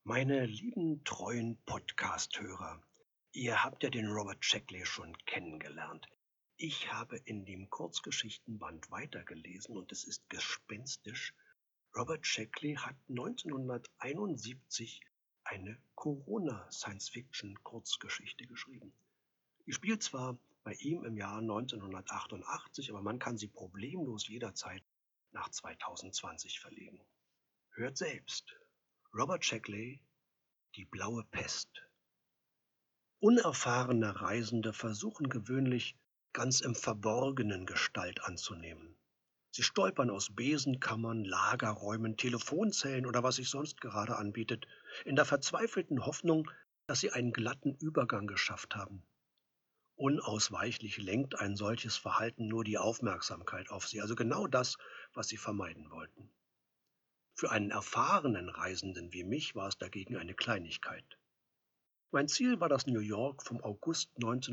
Meine lieben treuen Podcast-Hörer, ihr habt ja den Robert Sheckley schon kennengelernt. Ich habe in dem Kurzgeschichtenband weitergelesen und es ist gespenstisch. Robert Sheckley hat 1971 eine Corona-Science-Fiction-Kurzgeschichte geschrieben. Die spielt zwar bei ihm im Jahr 1988, aber man kann sie problemlos jederzeit nach 2020 verlegen. Hört selbst. Robert Sheckley, die blaue Pest. Unerfahrene Reisende versuchen gewöhnlich, ganz im Verborgenen Gestalt anzunehmen. Sie stolpern aus Besenkammern, Lagerräumen, Telefonzellen oder was sich sonst gerade anbietet, in der verzweifelten Hoffnung, dass sie einen glatten Übergang geschafft haben. Unausweichlich lenkt ein solches Verhalten nur die Aufmerksamkeit auf sie, also genau das, was sie vermeiden wollten. Für einen erfahrenen Reisenden wie mich war es dagegen eine Kleinigkeit. Mein Ziel war das New York vom August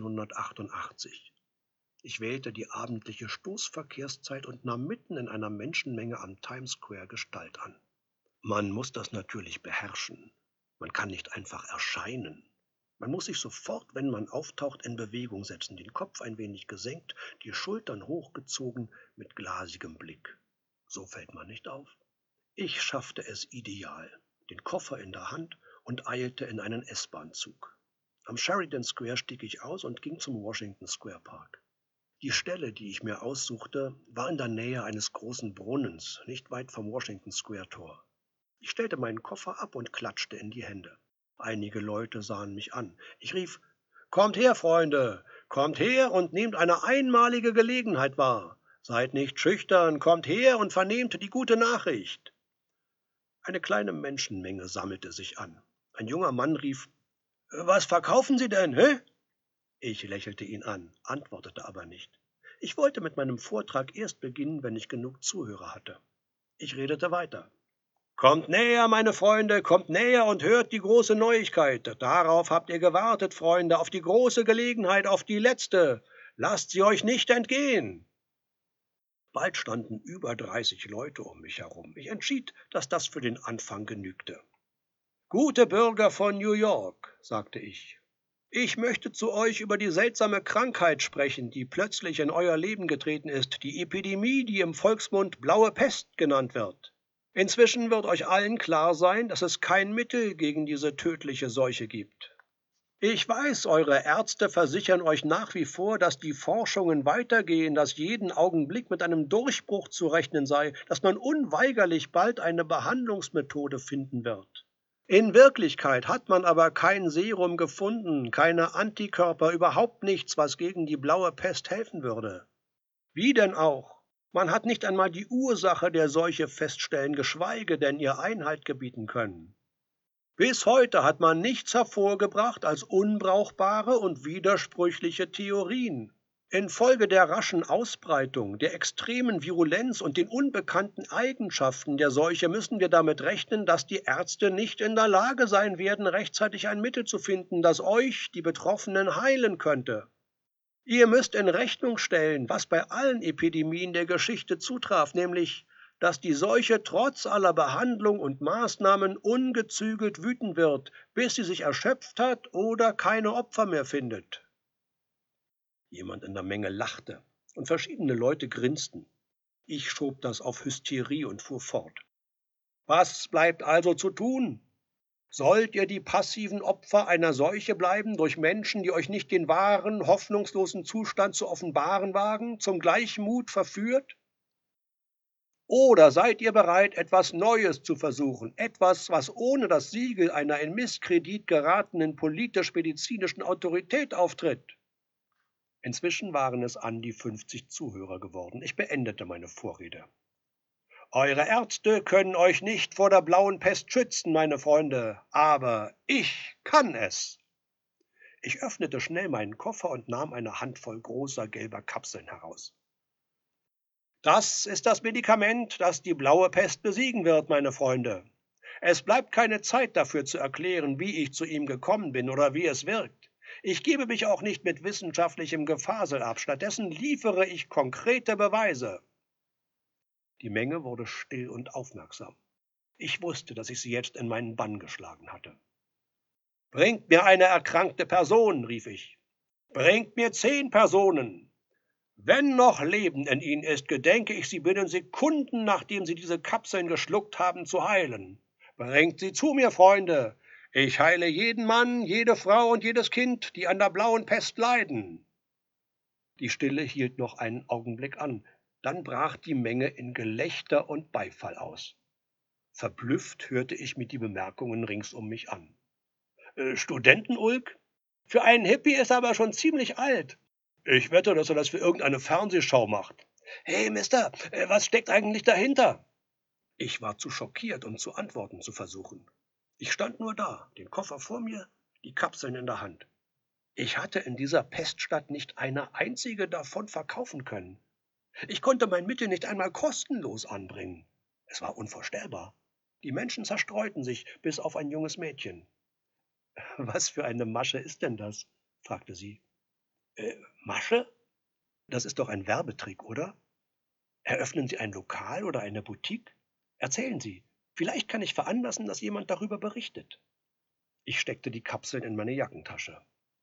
1988. Ich wählte die abendliche Stoßverkehrszeit und nahm mitten in einer Menschenmenge am Times Square Gestalt an. Man muss das natürlich beherrschen. Man kann nicht einfach erscheinen. Man muss sich sofort, wenn man auftaucht, in Bewegung setzen, den Kopf ein wenig gesenkt, die Schultern hochgezogen, mit glasigem Blick. So fällt man nicht auf. Ich schaffte es ideal, den Koffer in der Hand und eilte in einen S-Bahn-Zug. Am Sheridan Square stieg ich aus und ging zum Washington Square Park. Die Stelle, die ich mir aussuchte, war in der Nähe eines großen Brunnens, nicht weit vom Washington Square Tor. Ich stellte meinen Koffer ab und klatschte in die Hände. Einige Leute sahen mich an. Ich rief: »Kommt her, Freunde, kommt her und nehmt eine einmalige Gelegenheit wahr. Seid nicht schüchtern, kommt her und vernehmt die gute Nachricht.« Eine kleine Menschenmenge sammelte sich an. Ein junger Mann rief: »Was verkaufen Sie denn, hä?« Ich lächelte ihn an, antwortete aber nicht. Ich wollte mit meinem Vortrag erst beginnen, wenn ich genug Zuhörer hatte. Ich redete weiter. »Kommt näher, meine Freunde, kommt näher und hört die große Neuigkeit. Darauf habt ihr gewartet, Freunde, auf die große Gelegenheit, auf die letzte. Lasst sie euch nicht entgehen.« Bald standen über 30 Leute um mich herum. Ich entschied, dass das für den Anfang genügte. »Gute Bürger von New York«, sagte ich, »ich möchte zu euch über die seltsame Krankheit sprechen, die plötzlich in euer Leben getreten ist, die Epidemie, die im Volksmund blaue Pest genannt wird. Inzwischen wird euch allen klar sein, dass es kein Mittel gegen diese tödliche Seuche gibt. Ich weiß, eure Ärzte versichern euch nach wie vor, dass die Forschungen weitergehen, dass jeden Augenblick mit einem Durchbruch zu rechnen sei, dass man unweigerlich bald eine Behandlungsmethode finden wird. In Wirklichkeit hat man aber kein Serum gefunden, keine Antikörper, überhaupt nichts, was gegen die blaue Pest helfen würde. Wie denn auch? Man hat nicht einmal die Ursache der Seuche feststellen, geschweige denn ihr Einhalt gebieten können. Bis heute hat man nichts hervorgebracht als unbrauchbare und widersprüchliche Theorien. Infolge der raschen Ausbreitung, der extremen Virulenz und den unbekannten Eigenschaften der Seuche müssen wir damit rechnen, dass die Ärzte nicht in der Lage sein werden, rechtzeitig ein Mittel zu finden, das euch, die Betroffenen, heilen könnte. Ihr müsst in Rechnung stellen, was bei allen Epidemien der Geschichte zutraf, nämlich, dass die Seuche trotz aller Behandlung und Maßnahmen ungezügelt wüten wird, bis sie sich erschöpft hat oder keine Opfer mehr findet. Jemand in der Menge lachte und verschiedene Leute grinsten. Ich schob das auf Hysterie und fuhr fort. Was bleibt also zu tun? Sollt ihr die passiven Opfer einer Seuche bleiben, durch Menschen, die euch nicht den wahren, hoffnungslosen Zustand zu offenbaren wagen, zum Gleichmut verführt? Oder seid ihr bereit, etwas Neues zu versuchen, etwas, was ohne das Siegel einer in Misskredit geratenen politisch-medizinischen Autorität auftritt? Inzwischen waren es an die 50 Zuhörer geworden. Ich beendete meine Vorrede. Eure Ärzte können euch nicht vor der blauen Pest schützen, meine Freunde, aber ich kann es. Ich öffnete schnell meinen Koffer und nahm eine Handvoll großer gelber Kapseln heraus. Das ist das Medikament, das die blaue Pest besiegen wird, meine Freunde. Es bleibt keine Zeit dafür zu erklären, wie ich zu ihm gekommen bin oder wie es wirkt. Ich gebe mich auch nicht mit wissenschaftlichem Gefasel ab, stattdessen liefere ich konkrete Beweise. Die Menge wurde still und aufmerksam. Ich wusste, dass ich sie jetzt in meinen Bann geschlagen hatte. »Bringt mir eine erkrankte Person«, rief ich. »Bringt mir 10 Personen. Wenn noch Leben in ihnen ist, gedenke ich sie binnen Sekunden, nachdem sie diese Kapseln geschluckt haben, zu heilen. Bringt sie zu mir, Freunde. Ich heile jeden Mann, jede Frau und jedes Kind, die an der blauen Pest leiden.« Die Stille hielt noch einen Augenblick an. Dann brach die Menge in Gelächter und Beifall aus. Verblüfft hörte ich mir die Bemerkungen rings um mich an. »Studentenulk? Für einen Hippie ist er aber schon ziemlich alt. Ich wette, dass er das für irgendeine Fernsehschau macht. Hey, Mister, was steckt eigentlich dahinter?« Ich war zu schockiert, um zu antworten zu versuchen. Ich stand nur da, den Koffer vor mir, die Kapseln in der Hand. Ich hatte in dieser Peststadt nicht eine einzige davon verkaufen können. Ich konnte mein Mittel nicht einmal kostenlos anbringen. Es war unvorstellbar. Die Menschen zerstreuten sich, bis auf ein junges Mädchen. »Was für eine Masche ist denn das?« fragte sie. »Masche? Das ist doch ein Werbetrick, oder? Eröffnen Sie ein Lokal oder eine Boutique? Erzählen Sie. Vielleicht kann ich veranlassen, dass jemand darüber berichtet.« Ich steckte die Kapseln in meine Jackentasche.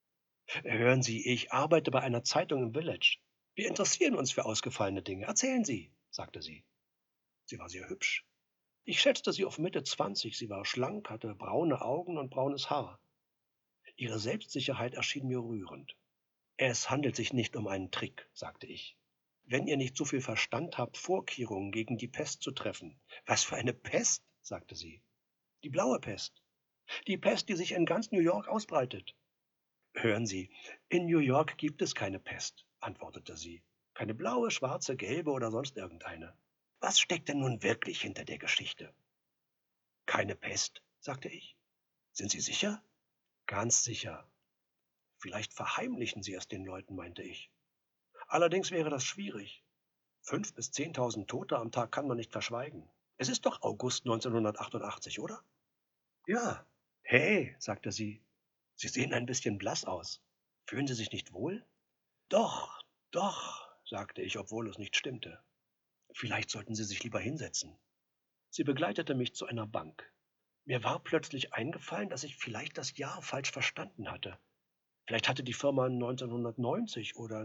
»Hören Sie, ich arbeite bei einer Zeitung im Village. Wir interessieren uns für ausgefallene Dinge. Erzählen Sie«, sagte sie. Sie war sehr hübsch. Ich schätzte sie auf Mitte 20. Sie war schlank, hatte braune Augen und braunes Haar. Ihre Selbstsicherheit erschien mir rührend. »Es handelt sich nicht um einen Trick«, sagte ich. »Wenn ihr nicht so viel Verstand habt, Vorkehrungen gegen die Pest zu treffen.« »Was für eine Pest?«, sagte sie. »Die blaue Pest. Die Pest, die sich in ganz New York ausbreitet.« »Hören Sie, in New York gibt es keine Pest«, antwortete sie. »Keine blaue, schwarze, gelbe oder sonst irgendeine. Was steckt denn nun wirklich hinter der Geschichte?« »Keine Pest«, sagte ich. »Sind Sie sicher?« »Ganz sicher.« »Vielleicht verheimlichen Sie es den Leuten«, meinte ich. »Allerdings wäre das schwierig. 5.000 bis 10.000 Tote am Tag kann man nicht verschweigen. Es ist doch August 1988, oder?« »Ja.« »Hey«, sagte sie, »Sie sehen ein bisschen blass aus. Fühlen Sie sich nicht wohl?« »Doch, doch«, sagte ich, obwohl es nicht stimmte. »Vielleicht sollten Sie sich lieber hinsetzen.« Sie begleitete mich zu einer Bank. Mir war plötzlich eingefallen, dass ich vielleicht das Jahr falsch verstanden hatte. Vielleicht hatte die Firma 1990 oder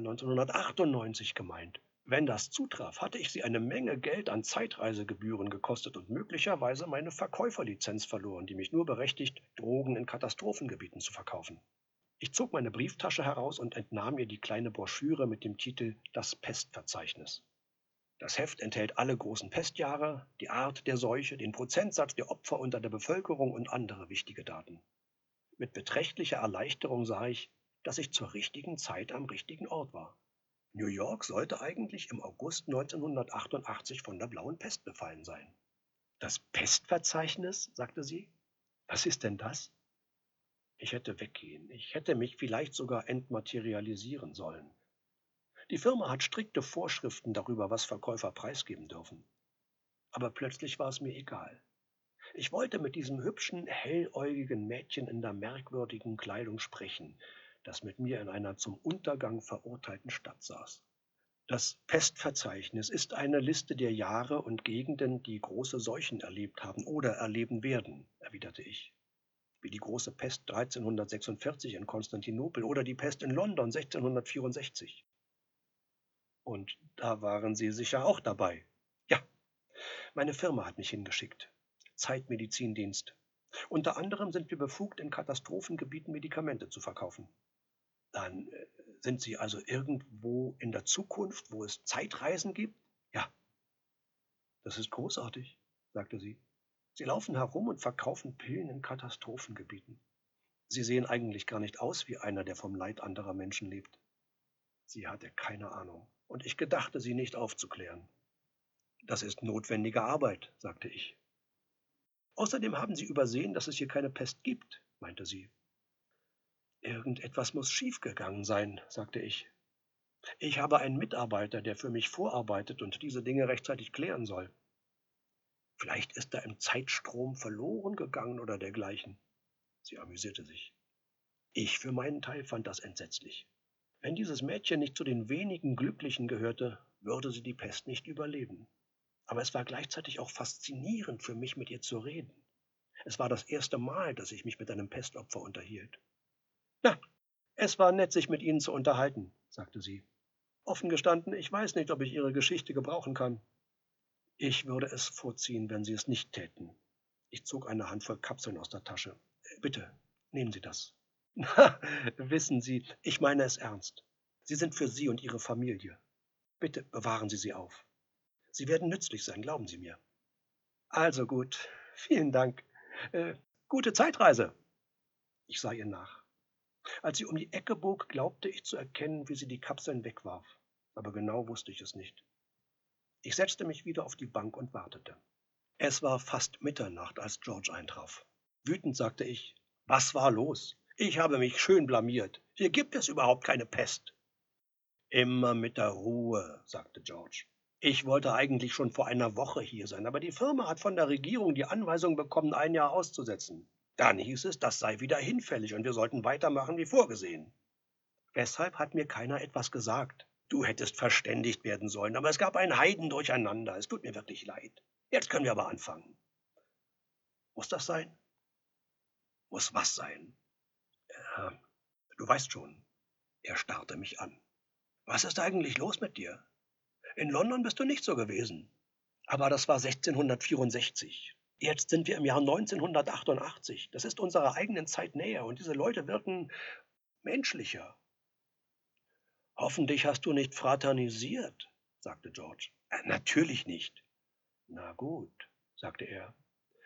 1998 gemeint. Wenn das zutraf, hatte ich sie eine Menge Geld an Zeitreisegebühren gekostet und möglicherweise meine Verkäuferlizenz verloren, die mich nur berechtigt, Drogen in Katastrophengebieten zu verkaufen. Ich zog meine Brieftasche heraus und entnahm ihr die kleine Broschüre mit dem Titel »Das Pestverzeichnis«. Das Heft enthält alle großen Pestjahre, die Art der Seuche, den Prozentsatz der Opfer unter der Bevölkerung und andere wichtige Daten. Mit beträchtlicher Erleichterung sah ich, dass ich zur richtigen Zeit am richtigen Ort war. New York sollte eigentlich im August 1988 von der blauen Pest befallen sein. »Das Pestverzeichnis?«, sagte sie. »Was ist denn das?« Ich hätte weggehen, ich hätte mich vielleicht sogar entmaterialisieren sollen. Die Firma hat strikte Vorschriften darüber, was Verkäufer preisgeben dürfen. Aber plötzlich war es mir egal. Ich wollte mit diesem hübschen, helläugigen Mädchen in der merkwürdigen Kleidung sprechen, das mit mir in einer zum Untergang verurteilten Stadt saß. »Das Pestverzeichnis ist eine Liste der Jahre und Gegenden, die große Seuchen erlebt haben oder erleben werden«, erwiderte ich. »Wie die große Pest 1346 in Konstantinopel oder die Pest in London 1664. »Und da waren Sie sicher auch dabei?« »Ja, meine Firma hat mich hingeschickt. Zeitmedizindienst. Unter anderem sind wir befugt, in Katastrophengebieten Medikamente zu verkaufen.« »Dann sind Sie also irgendwo in der Zukunft, wo es Zeitreisen gibt?« »Ja.« »Das ist großartig«, sagte sie. »Sie laufen herum und verkaufen Pillen in Katastrophengebieten. Sie sehen eigentlich gar nicht aus wie einer, der vom Leid anderer Menschen lebt.« Sie hatte keine Ahnung, und ich gedachte, sie nicht aufzuklären. »Das ist notwendige Arbeit«, sagte ich. »Außerdem haben Sie übersehen, dass es hier keine Pest gibt«, meinte sie. »Irgendetwas muss schiefgegangen sein«, sagte ich. »Ich habe einen Mitarbeiter, der für mich vorarbeitet und diese Dinge rechtzeitig klären soll. Vielleicht ist er im Zeitstrom verloren gegangen oder dergleichen.« Sie amüsierte sich. Ich für meinen Teil fand das entsetzlich. Wenn dieses Mädchen nicht zu den wenigen Glücklichen gehörte, würde sie die Pest nicht überleben. Aber es war gleichzeitig auch faszinierend für mich, mit ihr zu reden. Es war das erste Mal, dass ich mich mit einem Pestopfer unterhielt. »Na, es war nett, sich mit Ihnen zu unterhalten«, sagte sie. »Offen gestanden, ich weiß nicht, ob ich Ihre Geschichte gebrauchen kann.« »Ich würde es vorziehen, wenn Sie es nicht täten.« Ich zog eine Handvoll Kapseln aus der Tasche. »Bitte, nehmen Sie das.« »Na, wissen Sie, ich meine es ernst. Sie sind für Sie und Ihre Familie. Bitte bewahren Sie sie auf. Sie werden nützlich sein, glauben Sie mir.« »Also gut, vielen Dank. Äh, Gute Zeitreise.« Ich sah ihr nach. Als sie um die Ecke bog, glaubte ich zu erkennen, wie sie die Kapseln wegwarf. Aber genau wusste ich es nicht. Ich setzte mich wieder auf die Bank und wartete. Es war fast Mitternacht, als George eintraf. Wütend sagte ich: »Was war los? Ich habe mich schön blamiert. Hier gibt es überhaupt keine Pest.« »Immer mit der Ruhe«, sagte George. »Ich wollte eigentlich schon vor einer Woche hier sein, aber die Firma hat von der Regierung die Anweisung bekommen, ein Jahr auszusetzen. Dann hieß es, das sei wieder hinfällig und wir sollten weitermachen wie vorgesehen. Weshalb hat mir keiner etwas gesagt? Du hättest verständigt werden sollen, aber es gab ein Heidendurcheinander. Es tut mir wirklich leid. Jetzt können wir aber anfangen.« »Muss das sein?« »Muss was sein?« äh, »Du weißt schon.« Er starrte mich an. »Was ist eigentlich los mit dir? In London bist du nicht so gewesen.« »Aber das war 1664. Jetzt sind wir im Jahr 1988. Das ist unserer eigenen Zeit näher und diese Leute wirken menschlicher.« »Hoffentlich hast du nicht fraternisiert«, sagte George. Natürlich nicht.« »Na gut«, sagte er.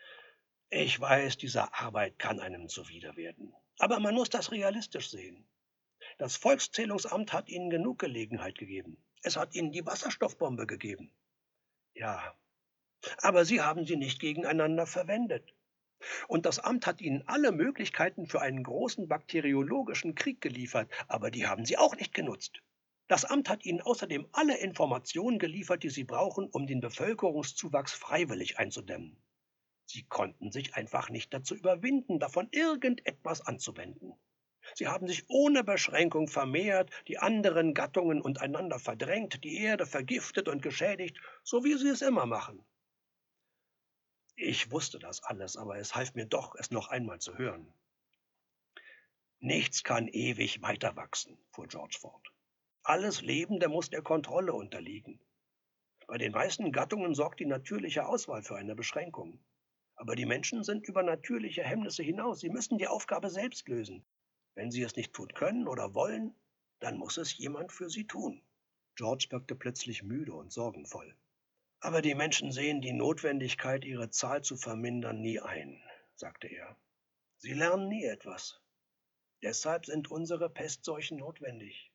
»Ich weiß, diese Arbeit kann einem zuwider werden. Aber man muss das realistisch sehen. Das Volkszählungsamt hat Ihnen genug Gelegenheit gegeben. Es hat Ihnen die Wasserstoffbombe gegeben. Ja, aber Sie haben sie nicht gegeneinander verwendet. Und das Amt hat Ihnen alle Möglichkeiten für einen großen bakteriologischen Krieg geliefert, aber die haben Sie auch nicht genutzt. Das Amt hat Ihnen außerdem alle Informationen geliefert, die Sie brauchen, um den Bevölkerungszuwachs freiwillig einzudämmen. Sie konnten sich einfach nicht dazu überwinden, davon irgendetwas anzuwenden. Sie haben sich ohne Beschränkung vermehrt, die anderen Gattungen untereinander verdrängt, die Erde vergiftet und geschädigt, so wie Sie es immer machen.« Ich wusste das alles, aber es half mir doch, es noch einmal zu hören. »Nichts kann ewig weiter wachsen«, fuhr George fort. »Alles Lebende muss der Kontrolle unterliegen. Bei den meisten Gattungen sorgt die natürliche Auswahl für eine Beschränkung. Aber die Menschen sind über natürliche Hemmnisse hinaus. Sie müssen die Aufgabe selbst lösen. Wenn sie es nicht tun können oder wollen, dann muss es jemand für sie tun.« George wirkte plötzlich müde und sorgenvoll. »Aber die Menschen sehen die Notwendigkeit, ihre Zahl zu vermindern, nie ein«, sagte er. »Sie lernen nie etwas. Deshalb sind unsere Pestseuchen notwendig.«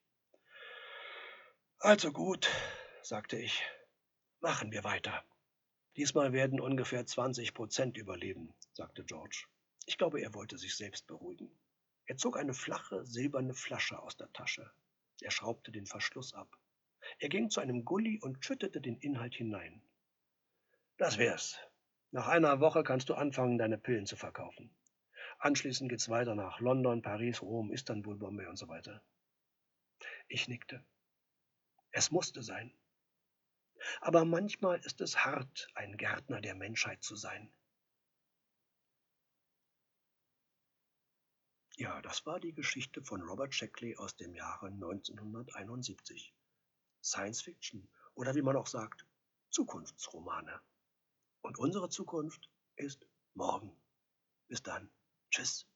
»Also gut«, sagte ich, »machen wir weiter.« »Diesmal werden ungefähr 20% überleben«, sagte George. Ich glaube, er wollte sich selbst beruhigen. Er zog eine flache, silberne Flasche aus der Tasche. Er schraubte den Verschluss ab. Er ging zu einem Gully und schüttete den Inhalt hinein. »Das wär's. Nach einer Woche kannst du anfangen, deine Pillen zu verkaufen. Anschließend geht's weiter nach London, Paris, Rom, Istanbul, Bombay und so weiter.« Ich nickte. Es musste sein. Aber manchmal ist es hart, ein Gärtner der Menschheit zu sein. Ja, das war die Geschichte von Robert Sheckley aus dem Jahre 1971. Science Fiction oder wie man auch sagt, Zukunftsromane. Und unsere Zukunft ist morgen. Bis dann. Tschüss.